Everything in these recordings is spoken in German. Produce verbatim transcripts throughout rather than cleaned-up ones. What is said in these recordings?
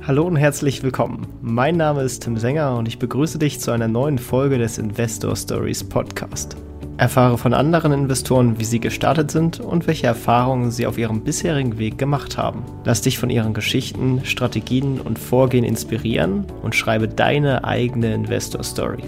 Hallo und herzlich willkommen. Mein Name ist Tim Sänger und ich begrüße dich zu einer neuen Folge des Investor Stories Podcast. Erfahre von anderen Investoren, wie sie gestartet sind und welche Erfahrungen sie auf ihrem bisherigen Weg gemacht haben. Lass dich von ihren Geschichten, Strategien und Vorgehen inspirieren und schreibe deine eigene Investor Story.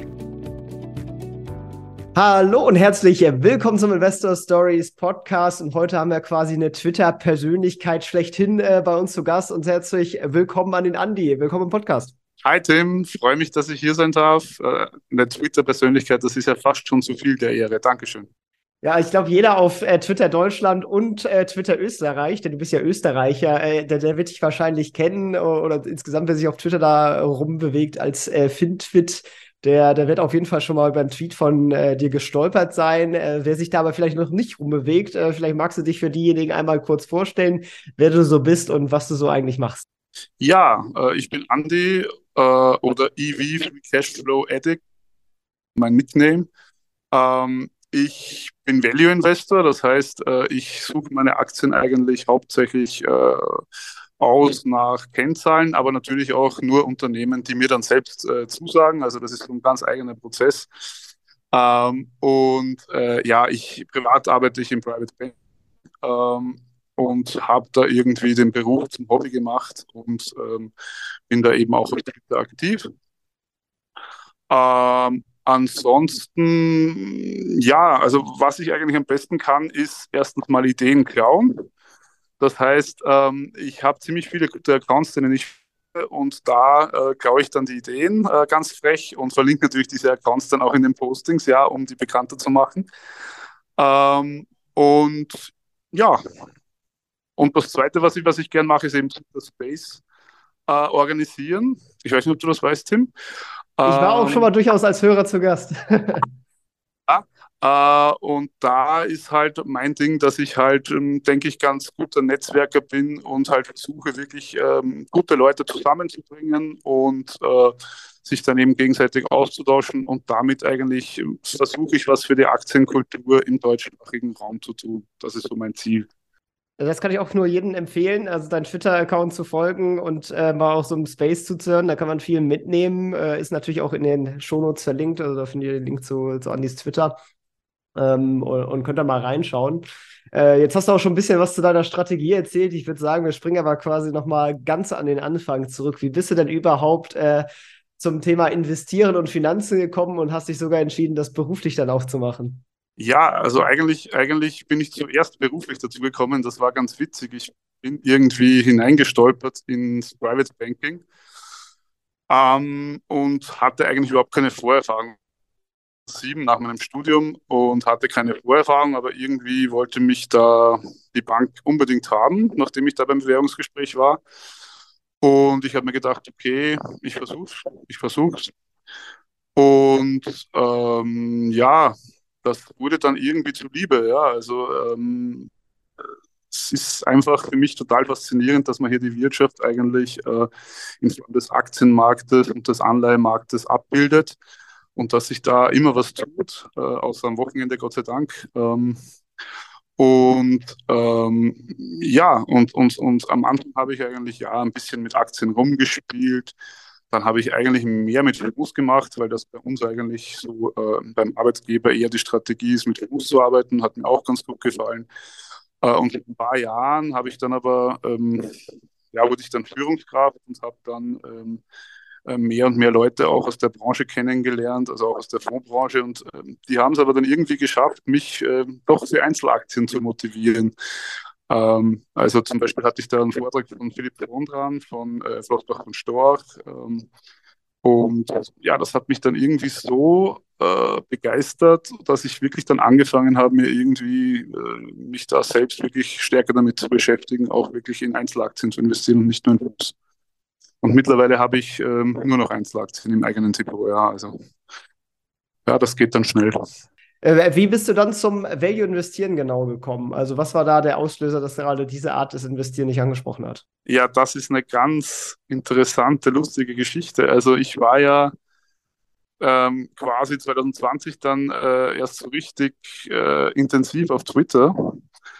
Hallo und herzlich willkommen zum Investor Stories Podcast. Und heute haben wir quasi eine Twitter-Persönlichkeit schlechthin äh, bei uns zu Gast. Und herzlich willkommen an den Andi. Willkommen im Podcast. Hi Tim, freue mich, dass ich hier sein darf. Äh, Eine Twitter-Persönlichkeit, das ist ja fast schon zu viel der Ehre. Dankeschön. Ja, ich glaube, jeder auf äh, Twitter Deutschland und äh, Twitter Österreich, denn du bist ja Österreicher, äh, der, der wird dich wahrscheinlich kennen oder, oder insgesamt, wer sich auf Twitter da rumbewegt als äh, FinTwit. Der, der wird auf jeden Fall schon mal über einen Tweet von äh, dir gestolpert sein. Äh, wer sich da aber vielleicht noch nicht rumbewegt, äh, vielleicht magst du dich für diejenigen einmal kurz vorstellen, wer du so bist und was du so eigentlich machst. Ja, äh, ich bin Andy äh, oder E V Free Cashflow Addict, mein Nickname. Ähm, ich bin Value Investor, das heißt, äh, ich suche meine Aktien eigentlich hauptsächlich äh, aus nach Kennzahlen, aber natürlich auch nur Unternehmen, die mir dann selbst äh, zusagen. Also das ist so ein ganz eigener Prozess. Ähm, und äh, ja, ich privat arbeite ich im Private Banking ähm, und habe da irgendwie den Beruf zum Hobby gemacht und ähm, bin da eben auch auf Twitter aktiv. Ähm, ansonsten, ja, also was ich eigentlich am besten kann, ist erstens mal Ideen klauen. Das heißt, ähm, ich habe ziemlich viele gute Accounts, denen ich und da äh, klaue ich dann die Ideen äh, ganz frech und verlinke natürlich diese Accounts dann auch in den Postings, ja, um die bekannter zu machen. Ähm, und ja, und das Zweite, was ich, was ich gern mache, ist eben das Space äh, organisieren. Ich weiß nicht, ob du das weißt, Tim. Ich war auch schon mal Ähm, durchaus als Hörer zu Gast. ja, äh, und da ist halt mein Ding, dass ich halt, ähm, denke ich, ganz guter Netzwerker bin und halt versuche, wirklich ähm, gute Leute zusammenzubringen und äh, sich dann eben gegenseitig auszutauschen und damit eigentlich ähm, versuche ich, was für die Aktienkultur im deutschsprachigen Raum zu tun. Das ist so mein Ziel. Das kann ich auch nur jedem empfehlen, also deinen Twitter-Account zu folgen und äh, mal auch so im Space zuzuhören. Da kann man viel mitnehmen. Äh, ist natürlich auch in den Shownotes verlinkt. Also da findet ihr den Link zu, zu Andys Twitter ähm, und, und könnt da mal reinschauen. Äh, jetzt hast du auch schon ein bisschen was zu deiner Strategie erzählt. Ich würde sagen, wir springen aber quasi noch mal ganz an den Anfang zurück. Wie bist du denn überhaupt äh, zum Thema Investieren und Finanzen gekommen und hast dich sogar entschieden, das beruflich dann auch zu machen? Ja, also eigentlich, eigentlich bin ich zuerst beruflich dazu gekommen. Das war ganz witzig. Ich bin irgendwie hineingestolpert ins Private Banking ähm, und hatte eigentlich überhaupt keine Vorerfahrung. Sieben nach meinem Studium und hatte keine Vorerfahrung, aber irgendwie wollte mich da die Bank unbedingt haben, nachdem ich da beim Bewerbungsgespräch war. Und ich habe mir gedacht, okay, ich versuch's, ich versuch's. Und ähm, ja, das wurde dann irgendwie zuliebe, ja. Also ähm, es ist einfach für mich total faszinierend, dass man hier die Wirtschaft eigentlich äh, in Form des Aktienmarktes und des Anleihemarktes abbildet und dass sich da immer was tut, äh, außer am Wochenende, Gott sei Dank. Ähm, und ähm, ja, und, und, und am Anfang habe ich eigentlich ja ein bisschen mit Aktien rumgespielt. Dann habe ich eigentlich mehr mit Fonds gemacht, weil das bei uns eigentlich so äh, beim Arbeitgeber eher die Strategie ist, mit Fonds zu arbeiten, hat mir auch ganz gut gefallen. Äh, und in ein paar Jahren habe ich dann aber, ähm, ja, wurde ich dann Führungskraft und habe dann ähm, äh, mehr und mehr Leute auch aus der Branche kennengelernt, also auch aus der Fondsbranche. Und ähm, die haben es aber dann irgendwie geschafft, mich äh, doch für Einzelaktien zu motivieren. Ähm, also zum Beispiel hatte ich da einen Vortrag von Philipp Vondran von äh, Flossbach von Storch. Ähm, und ja, das hat mich dann irgendwie so äh, begeistert, dass ich wirklich dann angefangen habe, mir irgendwie äh, mich da selbst wirklich stärker damit zu beschäftigen, auch wirklich in Einzelaktien zu investieren und nicht nur in Fonds. Und mittlerweile habe ich ähm, nur noch Einzelaktien im eigenen Depot. Ja, also ja, das geht dann schnell. Äh, wie bist du dann zum Value Investieren genau gekommen? Also, was war da der Auslöser, dass gerade diese Art des Investieren nicht angesprochen hat? Ja, das ist eine ganz interessante, lustige Geschichte. Also ich war ja ähm, quasi zwanzig zwanzig dann äh, erst so richtig äh, intensiv auf Twitter.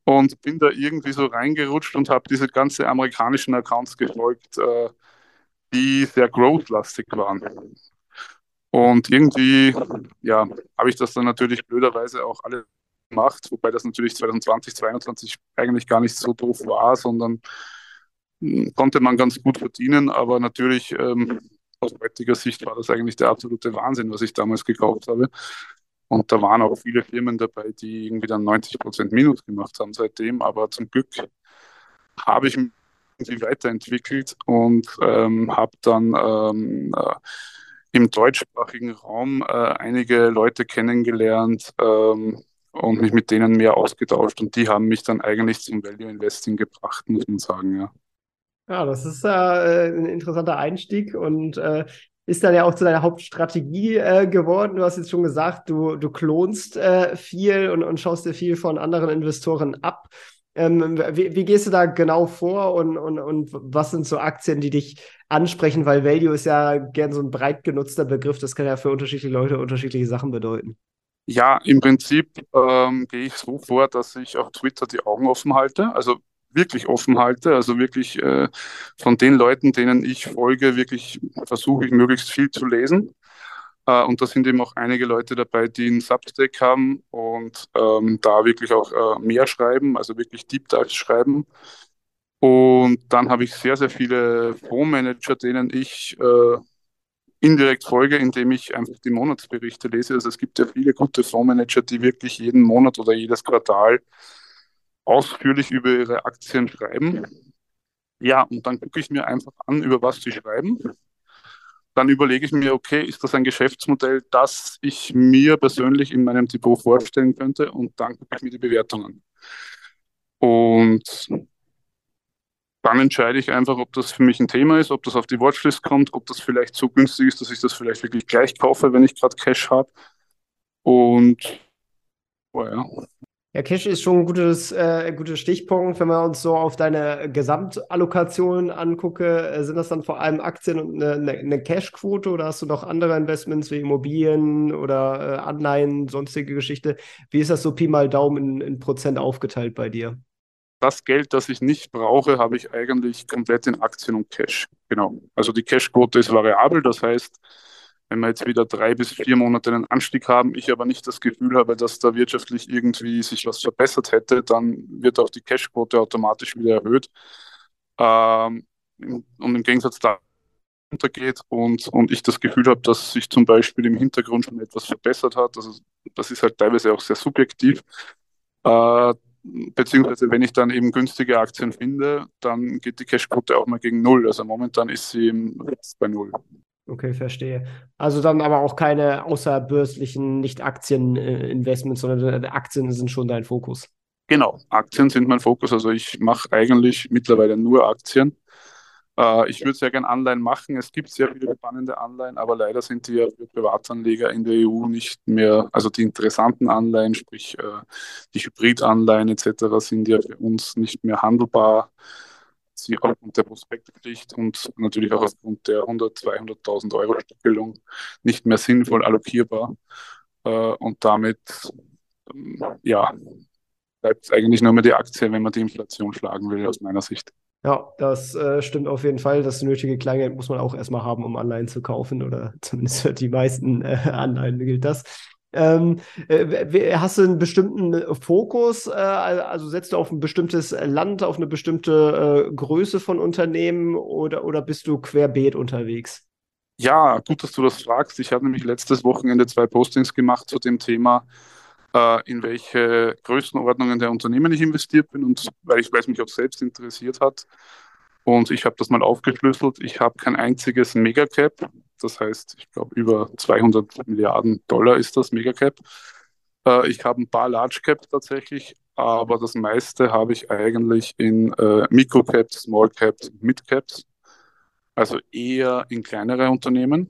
und bin da irgendwie so reingerutscht und habe diese ganze amerikanischen Accounts gefolgt, äh, die sehr growth-lastig waren. Und irgendwie, ja, habe ich das dann natürlich blöderweise auch alle gemacht, wobei das natürlich zwanzig zwanzig, zweiundzwanzig eigentlich gar nicht so doof war, sondern mh, konnte man ganz gut verdienen, aber natürlich ähm, aus heutiger Sicht war das eigentlich der absolute Wahnsinn, was ich damals gekauft habe. Und da waren auch viele Firmen dabei, die irgendwie dann neunzig Prozent Minus gemacht haben seitdem, aber zum Glück habe ich mich irgendwie weiterentwickelt und ähm, habe dann ähm, äh, im deutschsprachigen Raum äh, einige Leute kennengelernt ähm, und mich mit denen mehr ausgetauscht. Und die haben mich dann eigentlich zum Value Investing gebracht, muss man sagen, ja. Ja, das ist äh, ein interessanter Einstieg und äh, ist dann ja auch zu deiner Hauptstrategie äh, geworden. Du hast jetzt schon gesagt, du, du klonst äh, viel und, und schaust dir viel von anderen Investoren ab. Ähm, wie, wie gehst du da genau vor und, und, und was sind so Aktien, die dich ansprechen? Weil Value ist ja gern so ein breit genutzter Begriff. Das kann ja für unterschiedliche Leute unterschiedliche Sachen bedeuten. Ja, im Prinzip ähm, gehe ich so vor, dass ich auf Twitter die Augen offen halte, also wirklich offen halte, also wirklich äh, von den Leuten, denen ich folge, wirklich versuche ich möglichst viel zu lesen. Äh, und da sind eben auch einige Leute dabei, die einen Substack haben und ähm, da wirklich auch äh, mehr schreiben, also wirklich Deep Dives schreiben. Und dann habe ich sehr, sehr viele Fondsmanager, denen ich äh, indirekt folge, indem ich einfach die Monatsberichte lese. Also es gibt ja viele gute Fondsmanager, die wirklich jeden Monat oder jedes Quartal ausführlich über ihre Aktien schreiben. Ja, und dann gucke ich mir einfach an, über was sie schreiben. Dann überlege ich mir, okay, ist das ein Geschäftsmodell, das ich mir persönlich in meinem Depot vorstellen könnte? Und dann gucke ich mir die Bewertung an. Und dann entscheide ich einfach, ob das für mich ein Thema ist, ob das auf die Watchlist kommt, ob das vielleicht so günstig ist, dass ich das vielleicht wirklich gleich kaufe, wenn ich gerade Cash habe. Und oh ja, Ja, Cash ist schon ein gutes, äh, gutes Stichpunkt. Wenn wir uns so auf deine Gesamtallokation angucke, äh, sind das dann vor allem Aktien und eine, eine, eine Cash-Quote oder hast du noch andere Investments wie Immobilien oder äh, Anleihen, sonstige Geschichte? Wie ist das so Pi mal Daumen in, in Prozent aufgeteilt bei dir? das Geld, das ich nicht brauche, habe ich eigentlich komplett in Aktien und Cash. Genau. Also die Cashquote ist variabel. Das heißt, wenn wir jetzt wieder drei bis vier Monate einen Anstieg haben, ich aber nicht das Gefühl habe, dass da wirtschaftlich irgendwie sich was verbessert hätte, dann wird auch die Cashquote automatisch wieder erhöht. Ähm, und im Gegensatz da runtergeht und, und ich das Gefühl habe, dass sich zum Beispiel im Hintergrund schon etwas verbessert hat. Also das ist halt teilweise auch sehr subjektiv. Äh, Beziehungsweise wenn ich dann eben günstige Aktien finde, dann geht die Cashquote auch mal gegen Null. Also momentan ist sie eben bei Null. Okay, verstehe. Also dann aber auch keine außerbörslichen Nicht-Aktien-Investments, sondern äh, Aktien sind schon dein Fokus. Genau, Aktien sind mein Fokus. Also ich mache eigentlich mittlerweile nur Aktien. Äh, ich würde sehr gerne Anleihen machen. Es gibt sehr viele spannende Anleihen, aber leider sind die ja für Privatanleger in der E U nicht mehr, also die interessanten Anleihen, sprich äh, die Hybridanleihen et cetera, sind ja für uns nicht mehr handelbar. Sie aufgrund der Prospektpflicht und natürlich auch aufgrund der hundert, zweihunderttausend Euro Stückelung nicht mehr sinnvoll allokierbar. Äh, und damit, ähm, ja, bleibt es eigentlich nur mehr die Aktie, wenn man die Inflation schlagen will, aus meiner Sicht. Ja, das äh, stimmt auf jeden Fall. Das nötige Kleingeld muss man auch erstmal haben, um Anleihen zu kaufen, oder zumindest für die meisten äh, Anleihen gilt das. Ähm, äh, w- hast du einen bestimmten äh, Fokus? Äh, also setzt du auf ein bestimmtes Land, auf eine bestimmte äh, Größe von Unternehmen oder, oder bist du querbeet unterwegs? Ja, gut, dass du das fragst. Ich habe nämlich letztes Wochenende zwei Postings gemacht zu dem Thema, äh, in welche Größenordnungen der Unternehmen ich investiert bin und weil ich, weil es mich auch selbst interessiert hat. Und ich habe das mal aufgeschlüsselt. Ich habe kein einziges Megacap. Das heißt, ich glaube, über zweihundert Milliarden Dollar ist das Megacap. Äh, ich habe ein paar Large Caps tatsächlich, aber das meiste habe ich eigentlich in äh, Microcaps, Small Caps und Mid Caps. Also eher in kleinere Unternehmen.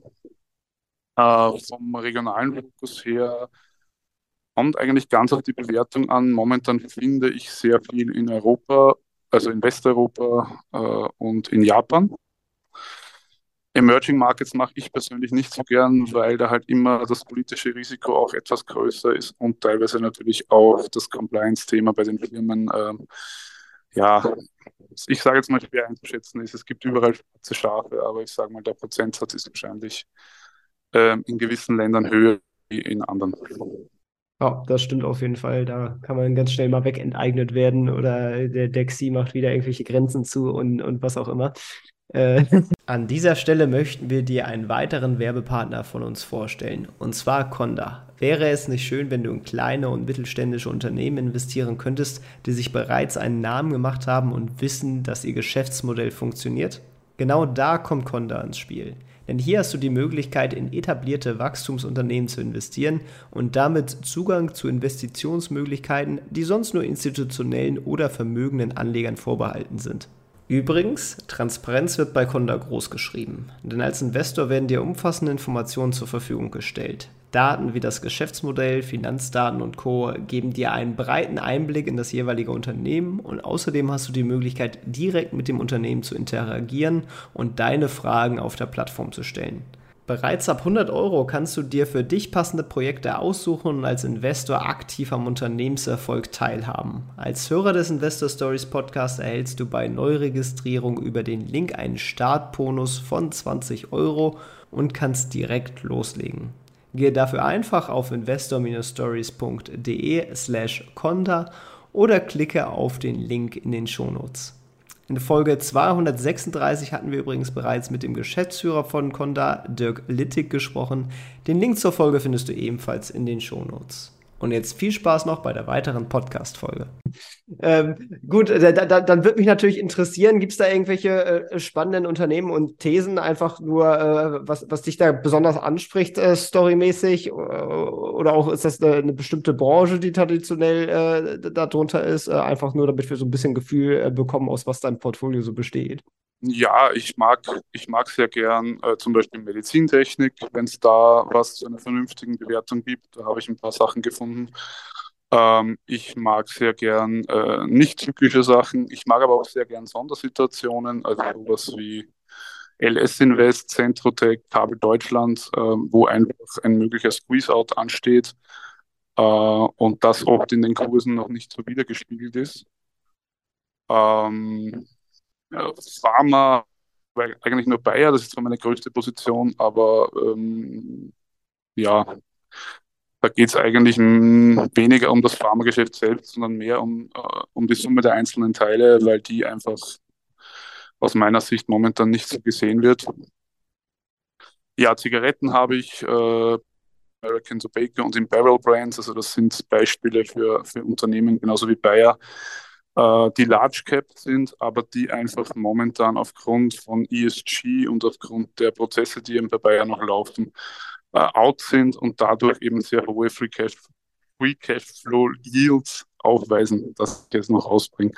Äh, vom regionalen Fokus her kommt eigentlich ganz auf die Bewertung an. Momentan finde ich sehr viel in Europa, also in Westeuropa äh, und in Japan. Emerging Markets mache ich persönlich nicht so gern, weil da halt immer das politische Risiko auch etwas größer ist und teilweise natürlich auch das Compliance-Thema bei den Firmen, ähm, ja, ich sage jetzt mal schwer einzuschätzen ist. Es gibt überall schwarze Schafe, aber ich sage mal, der Prozentsatz ist wahrscheinlich ähm, in gewissen Ländern höher wie in anderen. Ja, das stimmt auf jeden Fall. Da kann man ganz schnell mal wegenteignet werden oder der, der X I macht wieder irgendwelche Grenzen zu und, und was auch immer. Äh, An dieser Stelle möchten wir dir einen weiteren Werbepartner von uns vorstellen, und zwar Conda. Wäre es nicht schön, wenn du in kleine und mittelständische Unternehmen investieren könntest, die sich bereits einen Namen gemacht haben und wissen, dass ihr Geschäftsmodell funktioniert? Genau da kommt Conda ins Spiel. Denn hier hast du die Möglichkeit, in etablierte Wachstumsunternehmen zu investieren und damit Zugang zu Investitionsmöglichkeiten, die sonst nur institutionellen oder vermögenden Anlegern vorbehalten sind. Übrigens, Transparenz wird bei Conda groß geschrieben, denn als Investor werden dir umfassende Informationen zur Verfügung gestellt. Daten wie das Geschäftsmodell, Finanzdaten und Co. geben dir einen breiten Einblick in das jeweilige Unternehmen und außerdem hast du die Möglichkeit, direkt mit dem Unternehmen zu interagieren und deine Fragen auf der Plattform zu stellen. Bereits ab hundert Euro kannst du dir für dich passende Projekte aussuchen und als Investor aktiv am Unternehmenserfolg teilhaben. Als Hörer des Investor Stories Podcast erhältst du bei Neuregistrierung über den Link einen Startbonus von zwanzig Euro und kannst direkt loslegen. Gehe dafür einfach auf investor-stories.de slash conda oder klicke auf den Link in den Shownotes. In Folge zweihundertsechsunddreißig hatten wir übrigens bereits mit dem Geschäftsführer von Conda, Dirk Littig, gesprochen. Den Link zur Folge findest du ebenfalls in den Shownotes. Und jetzt viel Spaß noch bei der weiteren Podcast-Folge. Ähm, gut, da, da, dann würde mich natürlich interessieren, gibt es da irgendwelche äh, spannenden Unternehmen und Thesen, einfach nur, äh, was, was dich da besonders anspricht, äh, storymäßig? Oder auch ist das eine, eine bestimmte Branche, die traditionell äh, darunter ist? Äh, einfach nur, damit wir so ein bisschen Gefühl äh, bekommen, aus was dein Portfolio so besteht. Ja, ich mag, ich mag sehr gern äh, zum Beispiel Medizintechnik, wenn es da was zu einer vernünftigen Bewertung gibt. Da habe ich ein paar Sachen gefunden. Ähm, ich mag sehr gern äh, nicht zyklische Sachen. Ich mag aber auch sehr gern Sondersituationen, also sowas wie L S Invest, Centrotech, Kabel Deutschland, äh, wo einfach ein möglicher Squeeze-Out ansteht äh, und das oft in den Kursen noch nicht so wiedergespiegelt ist. Ähm, ja, Pharma, weil eigentlich nur Bayer, das ist zwar meine größte Position, aber ähm, ja, da geht es eigentlich mh, weniger um das Pharmageschäft selbst, sondern mehr um, äh, um die Summe der einzelnen Teile, weil die einfach aus meiner Sicht momentan nicht so gesehen wird. Ja, Zigaretten habe ich, äh, American Tobacco und Imperial Brands, also das sind Beispiele für, für Unternehmen, genauso wie Bayer, äh, die Large Cap sind, aber die einfach momentan aufgrund von E S G und aufgrund der Prozesse, die eben bei Bayer noch laufen, äh, out sind und dadurch eben sehr hohe Free Cash, Free Cashflow Yields aufweisen, dass ich jetzt noch rausbringe.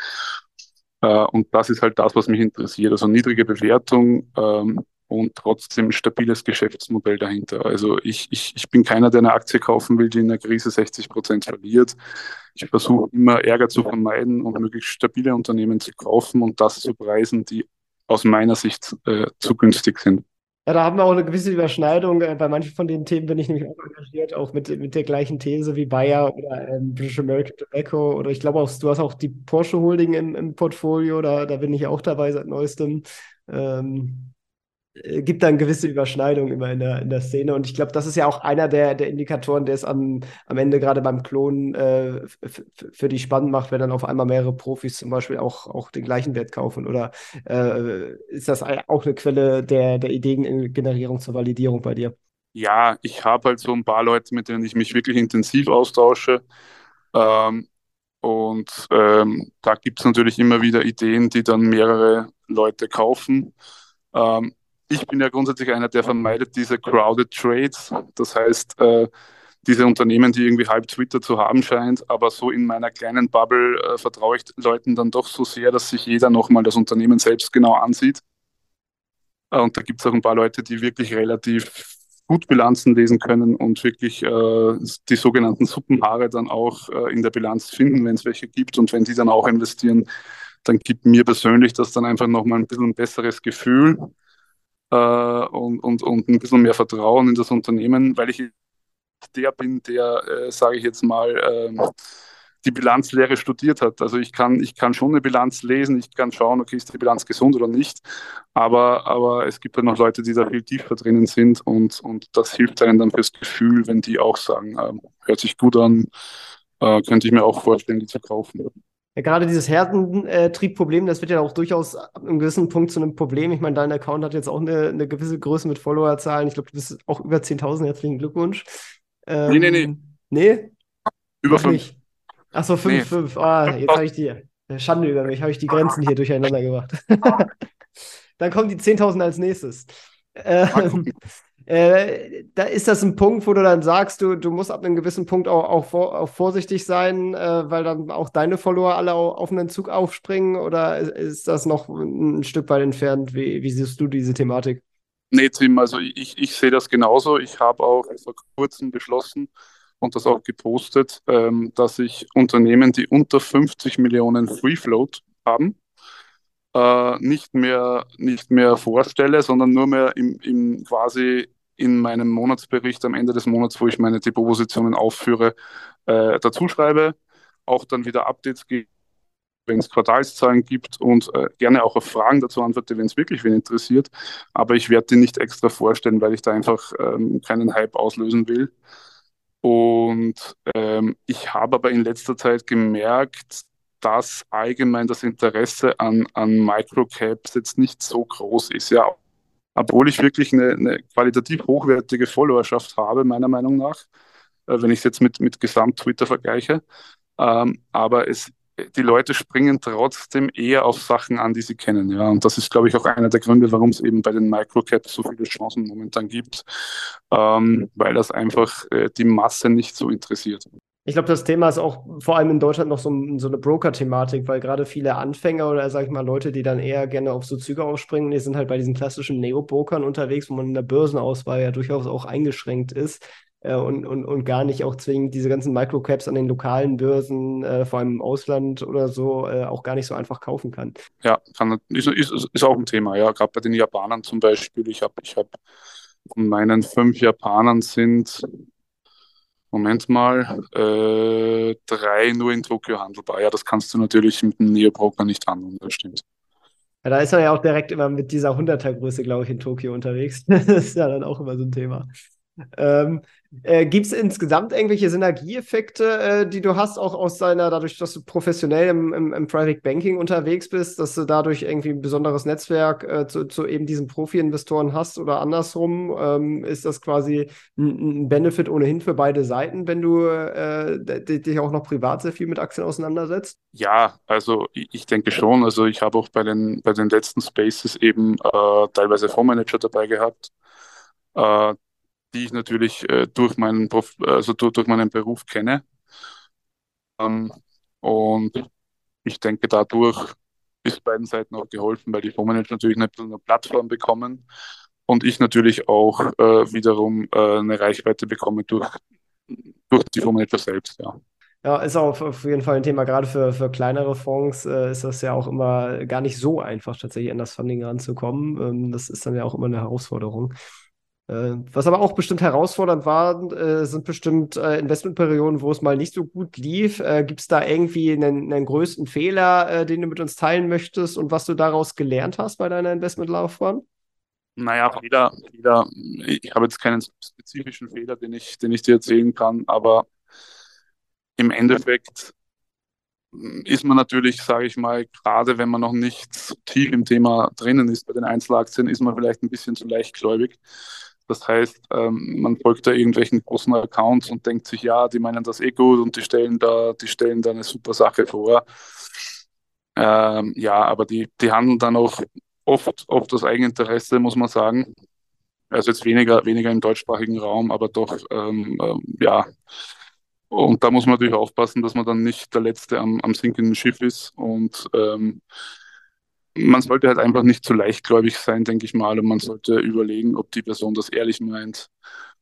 Äh, und das ist halt das, was mich interessiert. Also niedrige Bewertung ähm, und trotzdem stabiles Geschäftsmodell dahinter. Also ich, ich, ich bin keiner, der eine Aktie kaufen will, die in der Krise sechzig Prozent verliert. Ich versuche immer Ärger zu vermeiden und möglichst stabile Unternehmen zu kaufen und das zu Preisen, die aus meiner Sicht äh, zu günstig sind. Ja, da haben wir auch eine gewisse Überschneidung. Äh, Bei manchen von den Themen bin ich nämlich auch engagiert, auch mit, mit der gleichen These wie Bayer oder ähm, British American Tobacco. Oder ich glaube auch, du hast auch die Porsche Holding im, im Portfolio, da, da bin ich auch dabei seit neuestem. Ähm, äh, gibt da eine gewisse Überschneidung immer in der, in der Szene. Und ich glaube, das ist ja auch einer der, der Indikatoren, der es am, am Ende gerade beim Klonen äh, f- f- für dich spannend macht, wenn dann auf einmal mehrere Profis zum Beispiel auch, auch den gleichen Wert kaufen. Oder äh, ist das auch eine Quelle der, der Ideengenerierung zur Validierung bei dir? Ja, ich habe halt so ein paar Leute, mit denen ich mich wirklich intensiv austausche. Ähm, und ähm, da gibt es natürlich immer wieder Ideen, die dann mehrere Leute kaufen. Ähm, ich bin ja grundsätzlich einer, der vermeidet diese crowded Trades. Das heißt, äh, diese Unternehmen, die irgendwie halb Twitter zu haben scheint, aber so in meiner kleinen Bubble äh, vertraue ich Leuten dann doch so sehr, dass sich jeder nochmal das Unternehmen selbst genau ansieht. Äh, Und da gibt es auch ein paar Leute, die wirklich relativ gut Bilanzen lesen können und wirklich äh, die sogenannten Suppenhaare dann auch äh, in der Bilanz finden, wenn es welche gibt. Und wenn die dann auch investieren, dann gibt mir persönlich das dann einfach nochmal ein bisschen ein besseres Gefühl. äh, und, und, und ein bisschen mehr Vertrauen in das Unternehmen, weil ich der bin, der, äh, sage ich jetzt mal, ähm, die Bilanzlehre studiert hat. Also ich kann, ich kann schon eine Bilanz lesen, ich kann schauen, okay, ist die Bilanz gesund oder nicht, aber, aber es gibt dann noch Leute, die da viel tiefer drinnen sind und, und das hilft einem dann fürs Gefühl, wenn die auch sagen, ähm, hört sich gut an, äh, könnte ich mir auch vorstellen, die zu kaufen. Ja, gerade dieses Herdentriebproblem, das wird ja auch durchaus ab einem gewissen Punkt zu einem Problem. Ich meine, dein Account hat jetzt auch eine, eine gewisse Größe mit Followerzahlen. Ich glaube, du bist auch über zehntausend. Herzlichen Glückwunsch. Nee, nee, nee, Ähm, nee, über noch fünf. nicht. Ach so, fünf, Nee, fünf. Ah, jetzt habe ich die Schande über mich, habe ich die Grenzen hier durcheinander gebracht. Dann kommen die zehntausend als nächstes. mal Ähm, gucken. äh, da ist das ein Punkt, wo du dann sagst, du, du musst ab einem gewissen Punkt auch, auch, vor, auch vorsichtig sein, äh, weil dann auch deine Follower alle au- auf einen Zug aufspringen, oder ist, ist das noch ein Stück weit entfernt? Wie, wie siehst du diese Thematik? Nee, Tim, also ich, ich sehe das genauso. Ich habe auch vor kurzem beschlossen und das auch gepostet, ähm, dass ich Unternehmen, die unter fünfzig Millionen Free Float haben, äh, nicht mehr, nicht mehr vorstelle, sondern nur mehr im, im quasi in meinem Monatsbericht am Ende des Monats, wo ich meine Depotpositionen aufführe, äh, dazu schreibe, auch dann wieder Updates gebe, wenn es Quartalszahlen gibt und äh, gerne auch auf Fragen dazu antworte, wenn es wirklich wen interessiert. Aber ich werde die nicht extra vorstellen, weil ich da einfach ähm, keinen Hype auslösen will. Und ähm, ich habe aber in letzter Zeit gemerkt, dass allgemein das Interesse an, an Microcaps jetzt nicht so groß ist. Ja, obwohl ich wirklich eine, eine qualitativ hochwertige Followerschaft habe, meiner Meinung nach, äh, wenn ich es jetzt mit, mit Gesamt-Twitter vergleiche. Ähm, aber es, die Leute springen trotzdem eher auf Sachen an, die sie kennen. Ja. Und das ist, glaube ich, auch einer der Gründe, warum es eben bei den Microcaps so viele Chancen momentan gibt, ähm, weil das einfach äh, die Masse nicht so interessiert. Ich glaube, das Thema ist auch vor allem in Deutschland noch so, so eine Broker-Thematik, weil gerade viele Anfänger oder, sag ich mal, Leute, die dann eher gerne auf so Züge aufspringen, die sind halt bei diesen klassischen Neo-Brokern unterwegs, wo man in der Börsenauswahl ja durchaus auch eingeschränkt ist, äh, und, und, und gar nicht auch zwingend diese ganzen Microcaps an den lokalen Börsen, äh, vor allem im Ausland oder so, äh, auch gar nicht so einfach kaufen kann. Ja, kann, ist, ist, ist auch ein Thema. Ja, gerade bei den Japanern zum Beispiel. Ich habe ich hab von meinen fünf Japanern sind Moment mal, äh, drei nur in Tokio handelbar. Ja, das kannst du natürlich mit einem Neo-Broker nicht handeln, das stimmt. Ja, da ist man ja auch direkt immer mit dieser hunderter-Größe, glaube ich, in Tokio unterwegs. Das ist ja dann auch immer so ein Thema. Ähm, äh, Gibt es insgesamt irgendwelche Synergieeffekte, äh, die du hast, auch aus deiner, dadurch, dass du professionell im, im, im Private Banking unterwegs bist, dass du dadurch irgendwie ein besonderes Netzwerk äh, zu, zu eben diesen Profi-Investoren hast oder andersrum? Ähm, ist das quasi ein, ein Benefit ohnehin für beide Seiten, wenn du äh, d- dich auch noch privat sehr viel mit Aktien auseinandersetzt? Ja, also ich, ich denke schon. Also ich habe auch bei den, bei den letzten Spaces eben äh, teilweise Fondsmanager dabei gehabt, äh, die ich natürlich äh, durch meinen Prof, also durch, durch meinen Beruf kenne. Ähm, und ich denke, dadurch ist beiden Seiten auch geholfen, weil die Fondsmanager natürlich eine, eine Plattform bekommen und ich natürlich auch äh, wiederum äh, eine Reichweite bekomme durch, durch die Fondsmanager selbst, ja. Ja, ist auch auf auf jeden Fall ein Thema. Gerade für, für kleinere Fonds äh, ist das ja auch immer gar nicht so einfach, tatsächlich an das Funding ranzukommen. Ähm, das ist dann ja auch immer eine Herausforderung. Äh, was aber auch bestimmt herausfordernd war, äh, sind bestimmt äh, Investmentperioden, wo es mal nicht so gut lief. Äh, Gibt es da irgendwie einen, einen größten Fehler, äh, den du mit uns teilen möchtest und was du daraus gelernt hast bei deiner Investmentlaufbahn? Naja, Fehler, Fehler, ich habe jetzt keinen spezifischen Fehler, den ich, den ich dir erzählen kann, aber im Endeffekt ist man natürlich, sage ich mal, gerade wenn man noch nicht so tief im Thema drinnen ist bei den Einzelaktien, ist man vielleicht ein bisschen zu leichtgläubig. Das heißt, ähm, man folgt da irgendwelchen großen Accounts und denkt sich, ja, die meinen das eh gut und die stellen da, die stellen da eine super Sache vor. Ähm, ja, aber die, die handeln dann auch oft, oft aus Eigeninteresse, muss man sagen. Also jetzt weniger, weniger im deutschsprachigen Raum, aber doch, ähm, ähm, ja. Und da muss man natürlich aufpassen, dass man dann nicht der Letzte am, am sinkenden Schiff ist. Und ähm, man sollte halt einfach nicht zu leichtgläubig sein, denke ich mal. Und man sollte überlegen, ob die Person das ehrlich meint.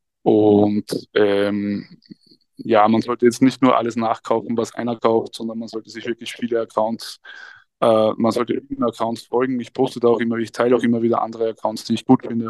Und ähm, ja, man sollte jetzt nicht nur alles nachkaufen, was einer kauft, sondern man sollte sich wirklich viele Accounts Äh, man sollte immer Accounts folgen. Ich poste da auch immer, ich teile auch immer wieder andere Accounts, die ich gut finde.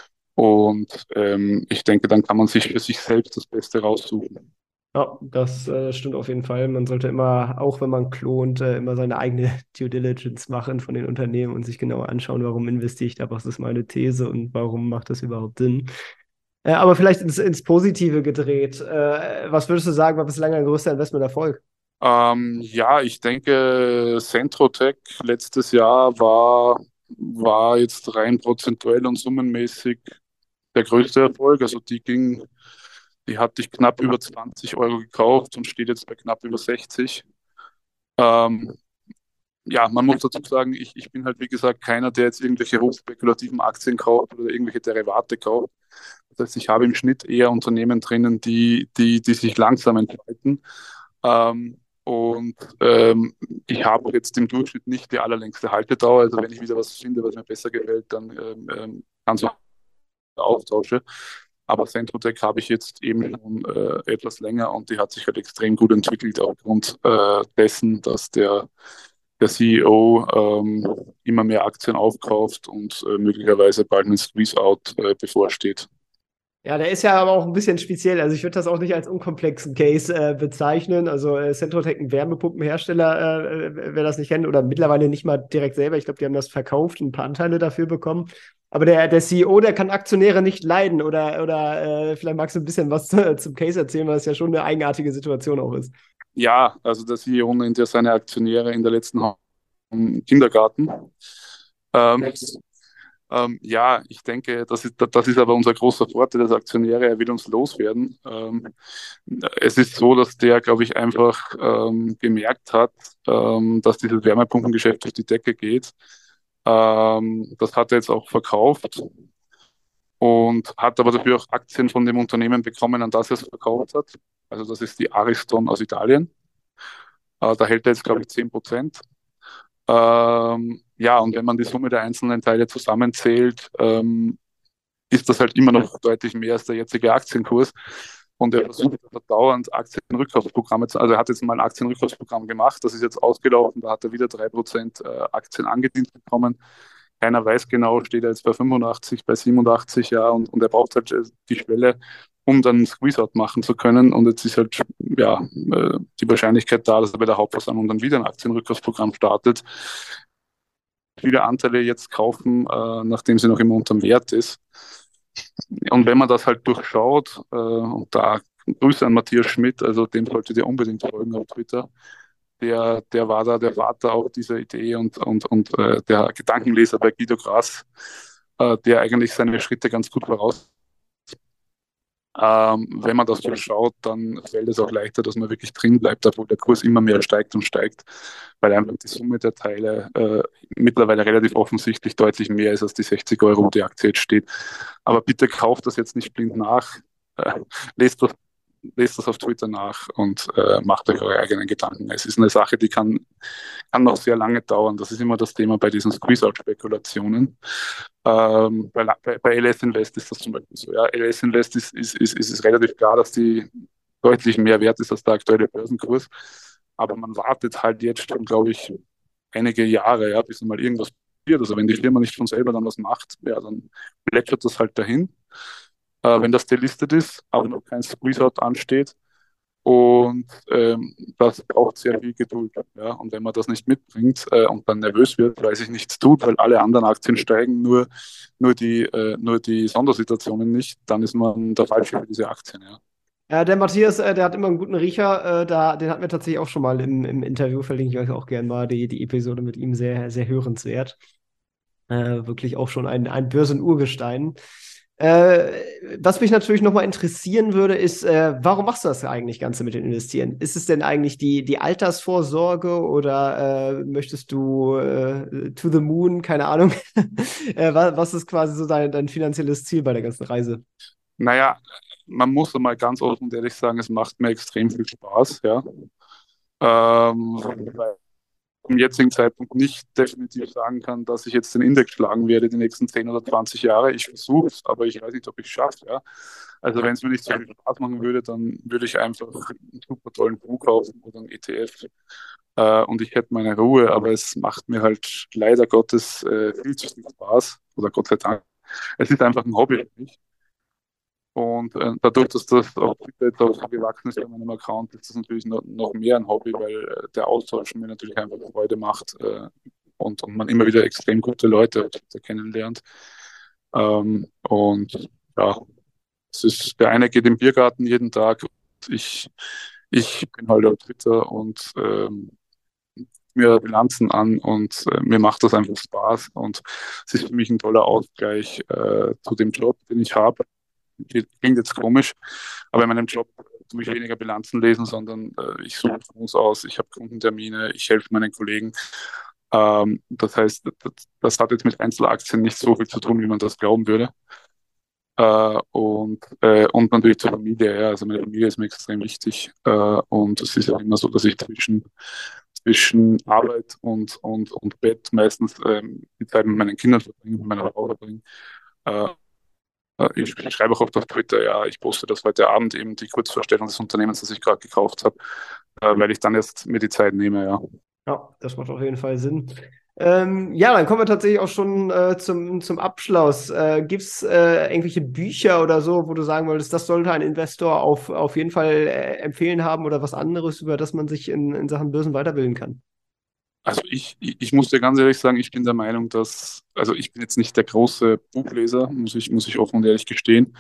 Und ähm, ich denke, dann kann man sich für sich selbst das Beste raussuchen. Ja, das äh, stimmt auf jeden Fall. Man sollte immer, auch wenn man klont, äh, immer seine eigene Due Diligence machen von den Unternehmen und sich genau anschauen, warum investiere ich da, was ist meine These und warum macht das überhaupt Sinn. Äh, aber vielleicht ins, ins Positive gedreht. Äh, was würdest du sagen, war bislang dein größter Investmenterfolg? Ähm, ja, ich denke, Centrotech letztes Jahr war, war jetzt rein prozentuell und summenmäßig der größte Erfolg. Also die ging, die hatte ich knapp über zwanzig Euro gekauft und steht jetzt bei knapp über sechzig. Ähm, ja, man muss dazu sagen, ich, ich bin halt wie gesagt keiner, der jetzt irgendwelche hochspekulativen Aktien kauft oder irgendwelche Derivate kauft. Das heißt, ich habe im Schnitt eher Unternehmen drinnen, die, die, die sich langsam entfalten. Ähm, und ähm, ich habe jetzt im Durchschnitt nicht die allerlängste Haltedauer. Also wenn ich wieder was finde, was mir besser gefällt, dann ähm, ähm, kann es auch austausche. Aber Centrotech habe ich jetzt eben schon äh, etwas länger und die hat sich halt extrem gut entwickelt aufgrund äh, dessen, dass der, der C E O ähm, immer mehr Aktien aufkauft und äh, möglicherweise bald ein Squeeze-Out äh, bevorsteht. Ja, der ist ja aber auch ein bisschen speziell. Also ich würde das auch nicht als unkomplexen Case äh, bezeichnen. Also äh, Centrotech, ein Wärmepumpenhersteller, äh, äh, wer das nicht kennt, oder mittlerweile nicht mal direkt selber. Ich glaube, die haben das verkauft und ein paar Anteile dafür bekommen. Aber der, der C E O, der kann Aktionäre nicht leiden. Oder, oder äh, vielleicht magst du ein bisschen was äh, zum Case erzählen, weil es ja schon eine eigenartige Situation auch ist. Ja, also der C E O nennt ja seine Aktionäre in der letzten Woche im Kindergarten. Ähm, ähm, ja, ich denke, das ist, das ist aber unser großer Vorteil des Aktionäre, er will uns loswerden. Ähm, es ist so, dass der, glaube ich, einfach ähm, gemerkt hat, ähm, dass dieses Wärmepumpengeschäft durch die Decke geht. Ähm, das hat er jetzt auch verkauft und hat aber dafür auch Aktien von dem Unternehmen bekommen, an das er es verkauft hat. Also das ist die Ariston aus Italien. Äh, da hält er jetzt, glaube ich, zehn Prozent. Ähm, ja, und wenn man die Summe der einzelnen Teile zusammenzählt, ähm, ist das halt immer noch deutlich mehr als der jetzige Aktienkurs. Und er versucht aber dauernd Aktienrückkaufsprogramme zu, also er hat jetzt mal ein Aktienrückkaufsprogramm gemacht, das ist jetzt ausgelaufen, da hat er wieder drei Prozent äh, Aktien angedient bekommen. Keiner weiß genau, steht er jetzt bei fünfundachtzig, bei siebenundachtzig, ja, und, und er braucht halt äh, die Schwelle, um dann einen Squeeze-Out machen zu können. Und jetzt ist halt ja, äh, die Wahrscheinlichkeit da, dass er bei der Hauptversammlung dann wieder ein Aktienrückkaufsprogramm startet. Viele Anteile jetzt kaufen, äh, nachdem sie noch immer unterm Wert ist. Und wenn man das halt durchschaut, äh, und da Grüße an Matthias Schmidt, also dem solltet ihr unbedingt folgen auf Twitter. Der, der war da der Vater auch dieser Idee und, und, und äh, der Gedankenleser bei Guido Grass, äh, der eigentlich seine Schritte ganz gut voraus. Ähm, wenn man das durchschaut, dann fällt es auch leichter, dass man wirklich drin bleibt, obwohl der Kurs immer mehr steigt und steigt, weil einfach die Summe der Teile äh, mittlerweile relativ offensichtlich deutlich mehr ist als die sechzig Euro, wo die Aktie jetzt steht. Aber bitte kauft das jetzt nicht blind nach, äh, lest das lest das auf Twitter nach und äh, macht euch eure eigenen Gedanken. Es ist eine Sache, die kann, kann noch sehr lange dauern. Das ist immer das Thema bei diesen Squeeze-Out-Spekulationen. Ähm, bei, bei, bei L S Invest ist das zum Beispiel so. Ja, L S Invest ist, ist, ist, ist es relativ klar, dass die deutlich mehr wert ist als der aktuelle Börsenkurs. Aber man wartet halt jetzt schon, glaube ich, einige Jahre, ja, bis mal irgendwas passiert. Also wenn die Firma nicht von selber dann was macht, ja, dann plätschert das halt dahin, äh, wenn das delistet ist, aber noch kein Squeeze-Out ansteht. Und ähm, das braucht sehr viel Geduld. Ja? Und wenn man das nicht mitbringt äh, und dann nervös wird, weil sich nichts tut, weil alle anderen Aktien steigen, nur, nur, die, äh, nur die Sondersituationen nicht, dann ist man der Falsche für diese Aktien. Ja. Ja, der Matthias, äh, der hat immer einen guten Riecher. Äh, da, den hatten wir tatsächlich auch schon mal im, im Interview. Verlinke ich euch auch gerne mal die, die Episode mit ihm. Sehr, sehr hörenswert. Äh, wirklich auch schon ein, ein Börsenurgestein. Äh, was mich natürlich nochmal interessieren würde, ist, äh, warum machst du das eigentlich Ganze mit dem Investieren? Ist es denn eigentlich die, die Altersvorsorge oder äh, möchtest du äh, to the moon? Keine Ahnung. äh, was, was ist quasi so dein, dein finanzielles Ziel bei der ganzen Reise? Naja, man muss mal ganz offen und ehrlich sagen, es macht mir extrem viel Spaß. Ja. Ähm, weil zum jetzigen Zeitpunkt nicht definitiv sagen kann, dass ich jetzt den Index schlagen werde die nächsten zehn oder zwanzig Jahre. Ich versuche es, aber ich weiß nicht, ob ich es schaffe. Ja. Also wenn es mir nicht so viel Spaß machen würde, dann würde ich einfach einen super tollen Fonds kaufen oder einen E T F äh, und ich hätte meine Ruhe, aber es macht mir halt leider Gottes äh, viel zu viel Spaß oder Gott sei Dank. Es ist einfach ein Hobby für mich. Und äh, dadurch, dass das auf Twitter jetzt auch so gewachsen ist bei meinem Account, ist das natürlich noch, noch mehr ein Hobby, weil äh, der Austausch mir natürlich einfach Freude macht äh, und, und man immer wieder extrem gute Leute auf Twitter kennenlernt. Ähm, und ja, es ist, der eine geht im Biergarten jeden Tag. Ich, ich bin halt auf Twitter und ähm, mir Bilanzen an und äh, mir macht das einfach Spaß und es ist für mich ein toller Ausgleich äh, zu dem Job, den ich habe. Klingt jetzt komisch, aber in meinem Job tue ich weniger Bilanzen lesen, sondern äh, ich suche Fonds aus, ich habe Kundentermine, ich helfe meinen Kollegen. Ähm, das heißt, das, das hat jetzt mit Einzelaktien nicht so viel zu tun, wie man das glauben würde. Äh, und, äh, und natürlich zur Familie, ja. Also meine Familie ist mir extrem wichtig. Äh, und es ist ja immer so, dass ich zwischen, zwischen Arbeit und, und, und Bett meistens ähm, die Zeit mit meinen Kindern verbringe, mit meiner Frau verbringe. Äh, ich schreibe auch oft auf Twitter, ja, ich poste das heute Abend eben die Kurzvorstellung des Unternehmens, das ich gerade gekauft habe, äh, weil ich dann erst mir die Zeit nehme, ja. Ja, das macht auf jeden Fall Sinn. Ähm, ja, dann kommen wir tatsächlich auch schon äh, zum, zum Abschluss. Äh, Gibt es äh, irgendwelche Bücher oder so, wo du sagen wolltest, das sollte ein Investor auf, auf jeden Fall äh, empfehlen haben oder was anderes, über das man sich in, in Sachen Börsen weiterbilden kann? Also ich, ich, ich muss dir ganz ehrlich sagen, ich bin der Meinung, dass, also ich bin jetzt nicht der große Buchleser, muss ich, muss ich offen und ehrlich gestehen,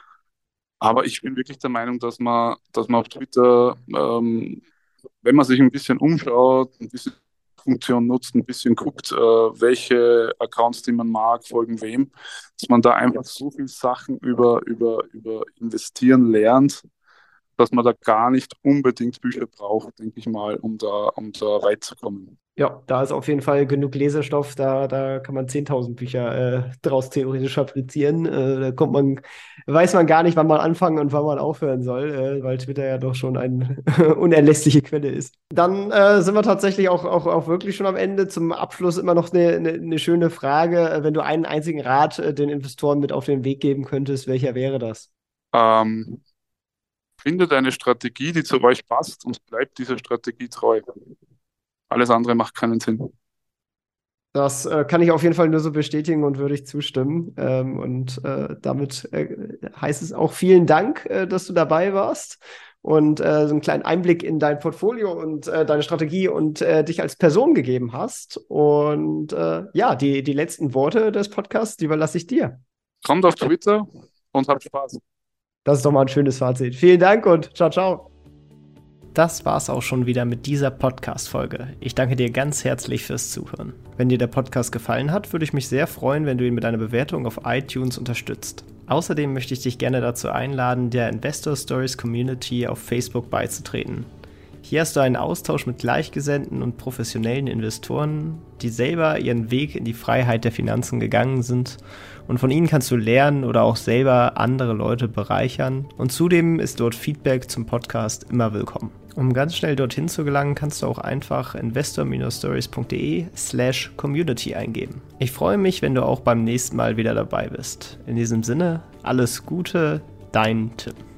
aber ich bin wirklich der Meinung, dass man, dass man auf Twitter, ähm, wenn man sich ein bisschen umschaut, ein bisschen Funktion nutzt, ein bisschen guckt, äh, welche Accounts, die man mag, folgen wem, dass man da einfach so viel Sachen über, über, über Investieren lernt, dass man da gar nicht unbedingt Bücher braucht, denke ich mal, um da, um da weit zu kommen. Ja, da ist auf jeden Fall genug Lesestoff, da, da kann man zehntausend Bücher äh, draus theoretisch fabrizieren. Äh, da kommt man, weiß man gar nicht, wann man anfangen und wann man aufhören soll, äh, weil Twitter ja doch schon eine unerlässliche Quelle ist. Dann äh, sind wir tatsächlich auch, auch, auch wirklich schon am Ende. Zum Abschluss immer noch eine, eine, eine schöne Frage. Äh, Wenn du einen einzigen Rat äh, den Investoren mit auf den Weg geben könntest, welcher wäre das? Ähm, Findet eine Strategie, die zu euch passt und bleibt dieser Strategie treu. Alles andere macht keinen Sinn. Das äh, kann ich auf jeden Fall nur so bestätigen und würde ich zustimmen. Ähm, und äh, damit äh, heißt es auch vielen Dank, äh, dass du dabei warst und äh, so einen kleinen Einblick in dein Portfolio und äh, deine Strategie und äh, dich als Person gegeben hast. Und äh, ja, die, die letzten Worte des Podcasts, die überlasse ich dir. Kommt auf Twitter und habt Spaß. Das ist doch mal ein schönes Fazit. Vielen Dank und ciao, ciao. Das war's auch schon wieder mit dieser Podcast-Folge. Ich danke dir ganz herzlich fürs Zuhören. Wenn dir der Podcast gefallen hat, würde ich mich sehr freuen, wenn du ihn mit einer Bewertung auf iTunes unterstützt. Außerdem möchte ich dich gerne dazu einladen, der Investor Stories Community auf Facebook beizutreten. Hier hast du einen Austausch mit Gleichgesinnten und professionellen Investoren, die selber ihren Weg in die Freiheit der Finanzen gegangen sind, und von ihnen kannst du lernen oder auch selber andere Leute bereichern, und zudem ist dort Feedback zum Podcast immer willkommen. Um ganz schnell dorthin zu gelangen, kannst du auch einfach investor-stories.de slash community eingeben. Ich freue mich, wenn du auch beim nächsten Mal wieder dabei bist. In diesem Sinne, alles Gute, dein Tim.